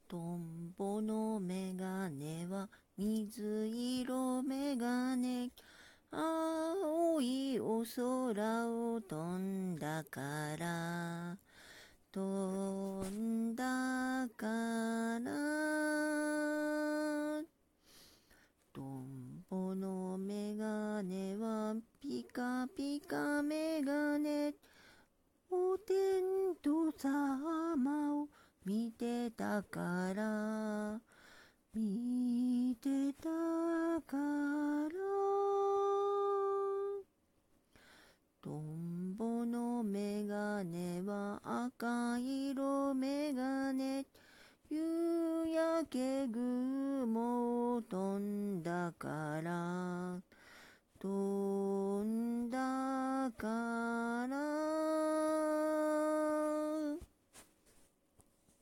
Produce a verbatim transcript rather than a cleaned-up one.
トンボのメガネは水色メガネ。青いお空を飛んだから。飛んだから。トンボのメガネはピカピカメガネ。お天道様を見てたから。見てたから。トンボのメガネは赤色メガネ。夕焼け雲を飛んだから。と